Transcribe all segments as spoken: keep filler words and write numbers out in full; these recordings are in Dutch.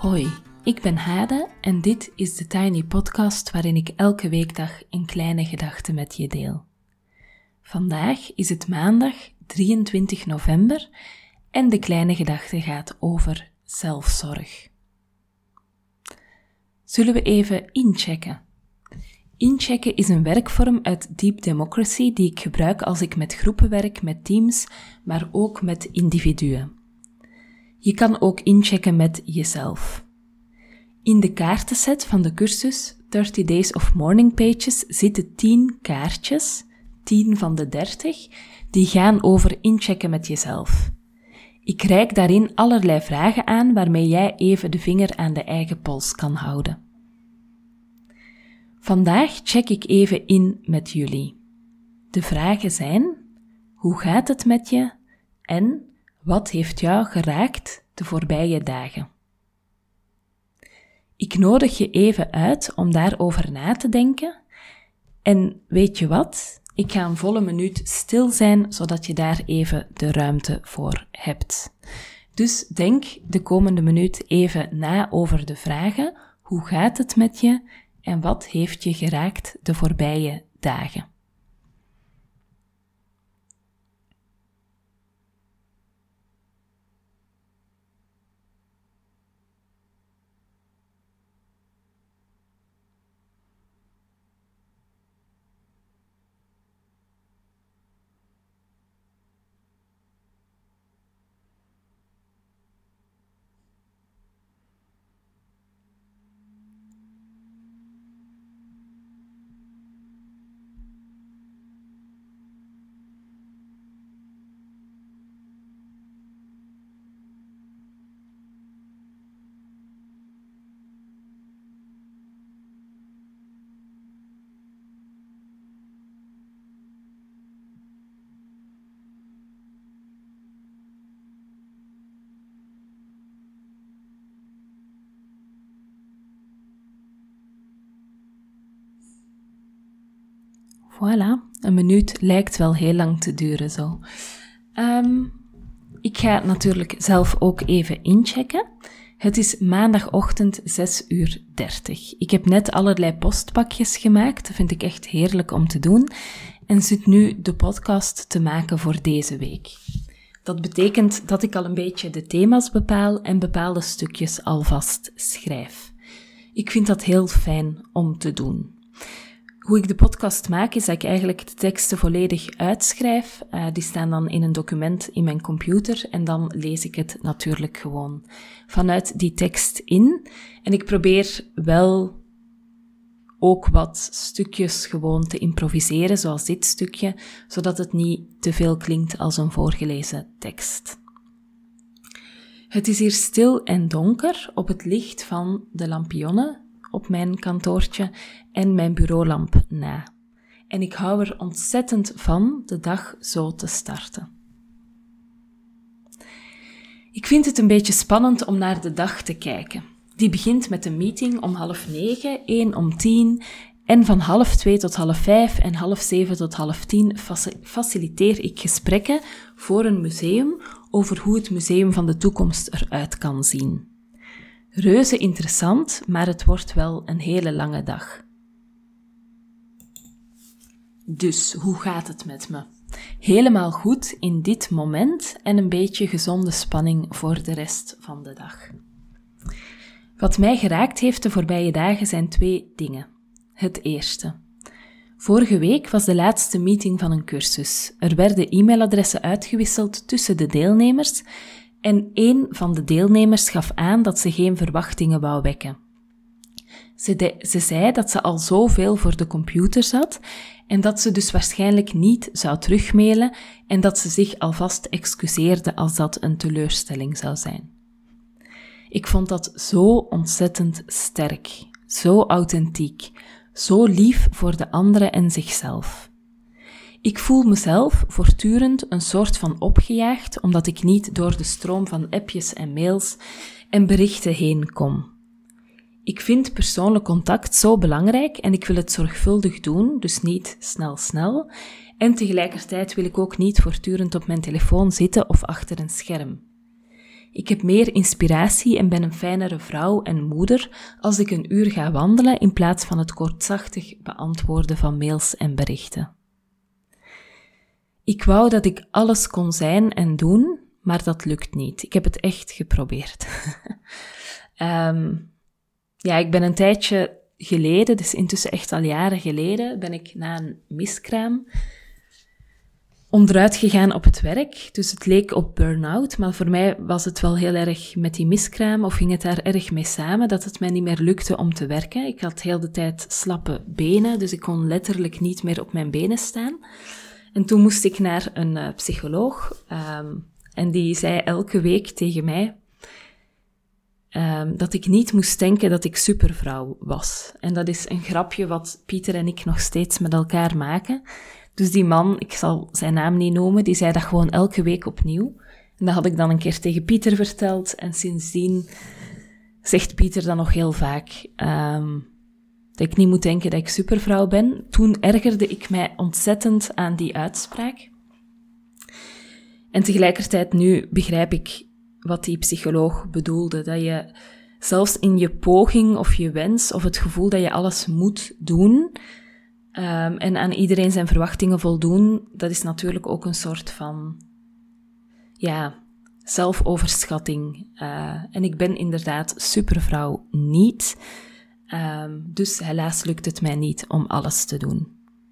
Hoi, ik ben Hade en dit is de Tiny Podcast waarin ik elke weekdag een kleine gedachte met je deel. Vandaag is het maandag drieëntwintig november en de kleine gedachte gaat over zelfzorg. Zullen we even inchecken? Inchecken is een werkvorm uit Deep Democracy die ik gebruik als ik met groepen werk, met teams, maar ook met individuen. Je kan ook inchecken met jezelf. In de kaartenset van de cursus dertig Days of Morning Pages zitten tien kaartjes, tien van de dertig, die gaan over inchecken met jezelf. Ik reik daarin allerlei vragen aan waarmee jij even de vinger aan de eigen pols kan houden. Vandaag check ik even in met jullie. De vragen zijn: hoe gaat het met je en wat heeft jou geraakt de voorbije dagen? Ik nodig je even uit om daarover na te denken. En weet je wat? Ik ga een volle minuut stil zijn, zodat je daar even de ruimte voor hebt. Dus denk de komende minuut even na over de vragen: hoe gaat het met je en wat heeft je geraakt de voorbije dagen? Voilà, een minuut lijkt wel heel lang te duren zo. Um, ik ga natuurlijk zelf ook even inchecken. Het is maandagochtend zes uur dertig. Ik heb net allerlei postpakjes gemaakt, dat vind ik echt heerlijk om te doen. En zit nu de podcast te maken voor deze week. Dat betekent dat ik al een beetje de thema's bepaal en bepaalde stukjes alvast schrijf. Ik vind dat heel fijn om te doen. Hoe ik de podcast maak, is dat ik eigenlijk de teksten volledig uitschrijf. Uh, die staan dan in een document in mijn computer en dan lees ik het natuurlijk gewoon vanuit die tekst in. En ik probeer wel ook wat stukjes gewoon te improviseren, zoals dit stukje, zodat het niet te veel klinkt als een voorgelezen tekst. Het is hier stil en donker op het licht van de lampionnen op mijn kantoortje en mijn bureaulamp na. En ik hou er ontzettend van de dag zo te starten. Ik vind het een beetje spannend om naar de dag te kijken. Die begint met een meeting om half negen, één om tien en van half twee tot half vijf en half zeven tot half tien faciliteer ik gesprekken voor een museum over hoe het museum van de toekomst eruit kan zien. Reuze interessant, maar het wordt wel een hele lange dag. Dus, hoe gaat het met me? Helemaal goed in dit moment en een beetje gezonde spanning voor de rest van de dag. Wat mij geraakt heeft de voorbije dagen zijn twee dingen. Het eerste. Vorige week was de laatste meeting van een cursus. Er werden e-mailadressen uitgewisseld tussen de deelnemers en één van de deelnemers gaf aan dat ze geen verwachtingen wou wekken. Ze, de, ze zei dat ze al zoveel voor de computer zat en dat ze dus waarschijnlijk niet zou terugmailen en dat ze zich alvast excuseerde als dat een teleurstelling zou zijn. Ik vond dat zo ontzettend sterk, zo authentiek, zo lief voor de anderen en zichzelf. Ik voel mezelf voortdurend een soort van opgejaagd, omdat ik niet door de stroom van appjes en mails en berichten heen kom. Ik vind persoonlijk contact zo belangrijk en ik wil het zorgvuldig doen, dus niet snel snel. En tegelijkertijd wil ik ook niet voortdurend op mijn telefoon zitten of achter een scherm. Ik heb meer inspiratie en ben een fijnere vrouw en moeder als ik een uur ga wandelen in plaats van het kortzachtig beantwoorden van mails en berichten. Ik wou dat ik alles kon zijn en doen, maar dat lukt niet. Ik heb het echt geprobeerd. um, ja, ik ben een tijdje geleden, dus intussen echt al jaren geleden, ben ik na een miskraam onderuit gegaan op het werk. Dus het leek op burn-out, maar voor mij was het wel heel erg met die miskraam, of ging het daar erg mee samen, dat het mij niet meer lukte om te werken. Ik had heel de tijd slappe benen, dus ik kon letterlijk niet meer op mijn benen staan. En toen moest ik naar een uh, psycholoog, um, en die zei elke week tegen mij um, dat ik niet moest denken dat ik supervrouw was. En dat is een grapje wat Pieter en ik nog steeds met elkaar maken. Dus die man, ik zal zijn naam niet noemen, die zei dat gewoon elke week opnieuw. En dat had ik dan een keer tegen Pieter verteld. En sindsdien zegt Pieter dan nog heel vaak um, dat ik niet moet denken dat ik supervrouw ben. Toen ergerde ik mij ontzettend aan die uitspraak. En tegelijkertijd nu begrijp ik wat die psycholoog bedoelde. Dat je zelfs in je poging of je wens of het gevoel dat je alles moet doen Um, en aan iedereen zijn verwachtingen voldoen, dat is natuurlijk ook een soort van, ja, zelfoverschatting. Uh, en ik ben inderdaad supervrouw niet. Um, dus helaas lukt het mij niet om alles te doen.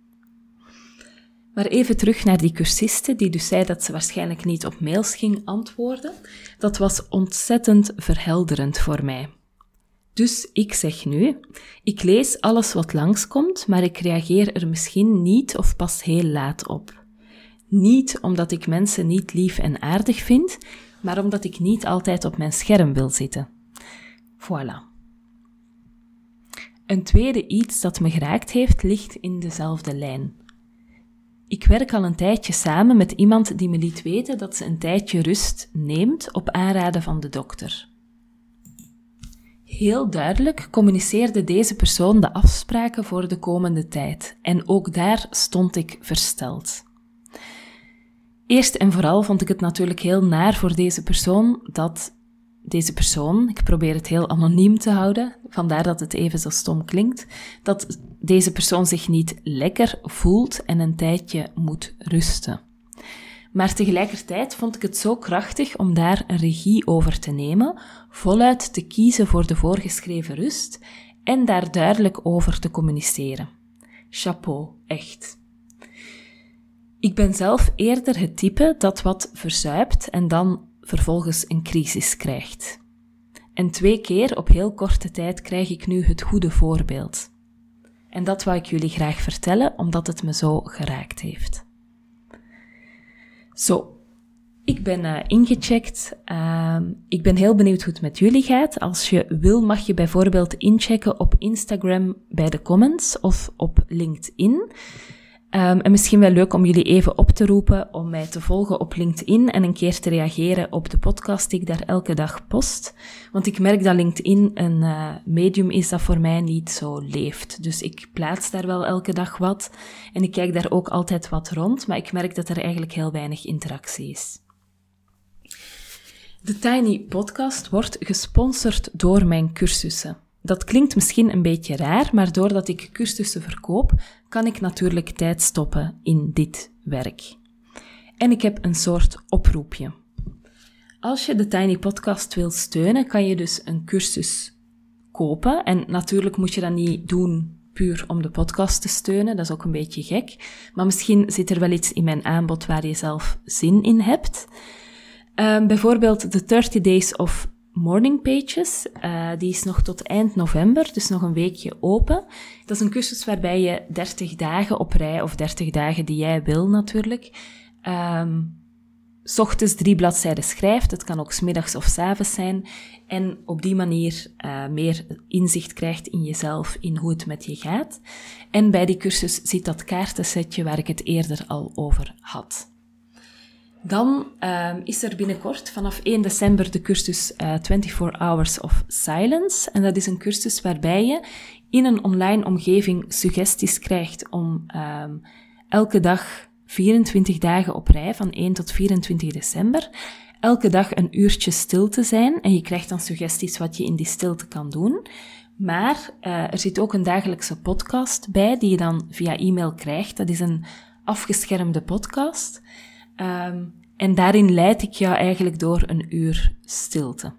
Maar even terug naar die cursiste, die dus zei dat ze waarschijnlijk niet op mails ging antwoorden. Dat was ontzettend verhelderend voor mij. Dus ik zeg nu, ik lees alles wat langskomt, maar ik reageer er misschien niet of pas heel laat op. Niet omdat ik mensen niet lief en aardig vind, maar omdat ik niet altijd op mijn scherm wil zitten. Voilà. Een tweede iets dat me geraakt heeft, ligt in dezelfde lijn. Ik werk al een tijdje samen met iemand die me liet weten dat ze een tijdje rust neemt op aanraden van de dokter. Heel duidelijk communiceerde deze persoon de afspraken voor de komende tijd. En ook daar stond ik versteld. Eerst en vooral vond ik het natuurlijk heel naar voor deze persoon dat deze persoon, ik probeer het heel anoniem te houden, vandaar dat het even zo stom klinkt, dat deze persoon zich niet lekker voelt en een tijdje moet rusten. Maar tegelijkertijd vond ik het zo krachtig om daar een regie over te nemen, voluit te kiezen voor de voorgeschreven rust en daar duidelijk over te communiceren. Chapeau, echt. Ik ben zelf eerder het type dat wat verzuipt en dan vervolgens een crisis krijgt. En twee keer op heel korte tijd krijg ik nu het goede voorbeeld. En dat wou ik jullie graag vertellen, omdat het me zo geraakt heeft. Zo, ik ben uh, ingecheckt. Uh, ik ben heel benieuwd hoe het met jullie gaat. Als je wil, mag je bijvoorbeeld inchecken op Instagram bij de comments of op LinkedIn. Um, en misschien wel leuk om jullie even op te roepen om mij te volgen op LinkedIn en een keer te reageren op de podcast die ik daar elke dag post. Want ik merk dat LinkedIn een uh, medium is dat voor mij niet zo leeft. Dus ik plaats daar wel elke dag wat en ik kijk daar ook altijd wat rond, maar ik merk dat er eigenlijk heel weinig interactie is. De Tiny Podcast wordt gesponsord door mijn cursussen. Dat klinkt misschien een beetje raar, maar doordat ik cursussen verkoop, kan ik natuurlijk tijd stoppen in dit werk. En ik heb een soort oproepje. Als je de Tiny Podcast wil steunen, kan je dus een cursus kopen. En natuurlijk moet je dat niet doen puur om de podcast te steunen, dat is ook een beetje gek. Maar misschien zit er wel iets in mijn aanbod waar je zelf zin in hebt. Um, bijvoorbeeld de dertig Days of Morning Pages, uh, die is nog tot eind november, dus nog een weekje open. Dat is een cursus waarbij je dertig dagen op rij, of dertig dagen die jij wil natuurlijk, um, 's ochtends drie bladzijden schrijft. Het kan ook 's middags of 's avonds zijn. En op die manier uh, meer inzicht krijgt in jezelf, in hoe het met je gaat. En bij die cursus zit dat kaartensetje waar ik het eerder al over had. Dan uh, is er binnenkort vanaf één december de cursus uh, twenty-four hours of Silence. En dat is een cursus waarbij je in een online omgeving suggesties krijgt om uh, elke dag vierentwintig dagen op rij, van één tot vierentwintig december, elke dag een uurtje stil te zijn en je krijgt dan suggesties wat je in die stilte kan doen. Maar uh, er zit ook een dagelijkse podcast bij die je dan via e-mail krijgt. Dat is een afgeschermde podcast. Um, en daarin leid ik jou eigenlijk door een uur stilte.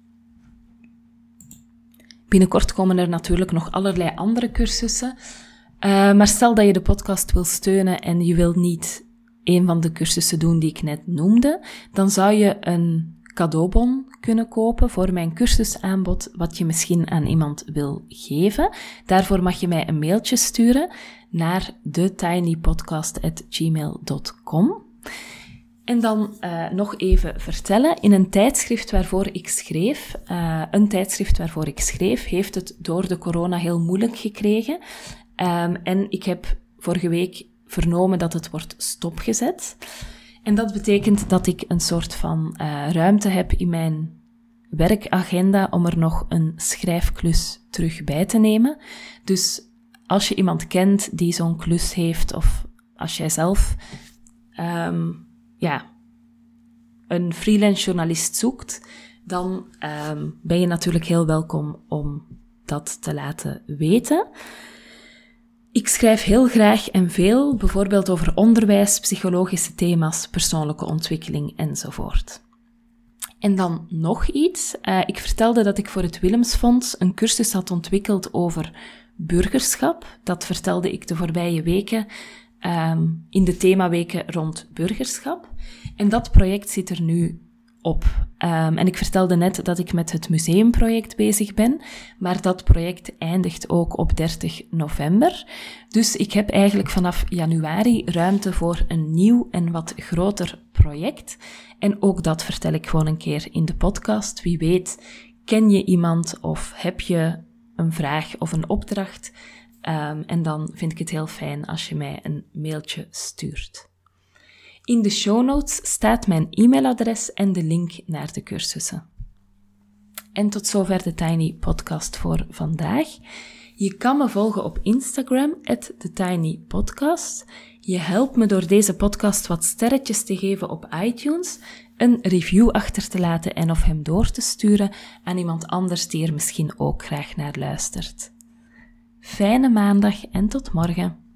Binnenkort komen er natuurlijk nog allerlei andere cursussen. Uh, maar stel dat je de podcast wil steunen en je wilt niet een van de cursussen doen die ik net noemde, dan zou je een cadeaubon kunnen kopen voor mijn cursusaanbod, wat je misschien aan iemand wil geven. Daarvoor mag je mij een mailtje sturen naar the tiny podcast at gmail dot com. En dan uh, nog even vertellen, in een tijdschrift waarvoor ik schreef, uh, een tijdschrift waarvoor ik schreef, heeft het door de corona heel moeilijk gekregen. Um, en ik heb vorige week vernomen dat het wordt stopgezet. En dat betekent dat ik een soort van uh, ruimte heb in mijn werkagenda om er nog een schrijfklus terug bij te nemen. Dus als je iemand kent die zo'n klus heeft, of als jij zelf um, ja, een freelance journalist zoekt, dan um, ben je natuurlijk heel welkom om dat te laten weten. Ik schrijf heel graag en veel, bijvoorbeeld over onderwijs, psychologische thema's, persoonlijke ontwikkeling enzovoort. En dan nog iets. Uh, ik vertelde dat ik voor het Willemsfonds een cursus had ontwikkeld over burgerschap. Dat vertelde ik de voorbije weken um, in de themaweken rond burgerschap. En dat project zit er nu op. Um, en ik vertelde net dat ik met het museumproject bezig ben, maar dat project eindigt ook op dertig november. Dus ik heb eigenlijk vanaf januari ruimte voor een nieuw en wat groter project. En ook dat vertel ik gewoon een keer in de podcast. Wie weet, ken je iemand of heb je een vraag of een opdracht? Um, en dan vind ik het heel fijn als je mij een mailtje stuurt. In de show notes staat mijn e-mailadres en de link naar de cursussen. En tot zover de Tiny Podcast voor vandaag. Je kan me volgen op Instagram, at the tiny podcast. Je helpt me door deze podcast wat sterretjes te geven op iTunes, een review achter te laten en of hem door te sturen aan iemand anders die er misschien ook graag naar luistert. Fijne maandag en tot morgen.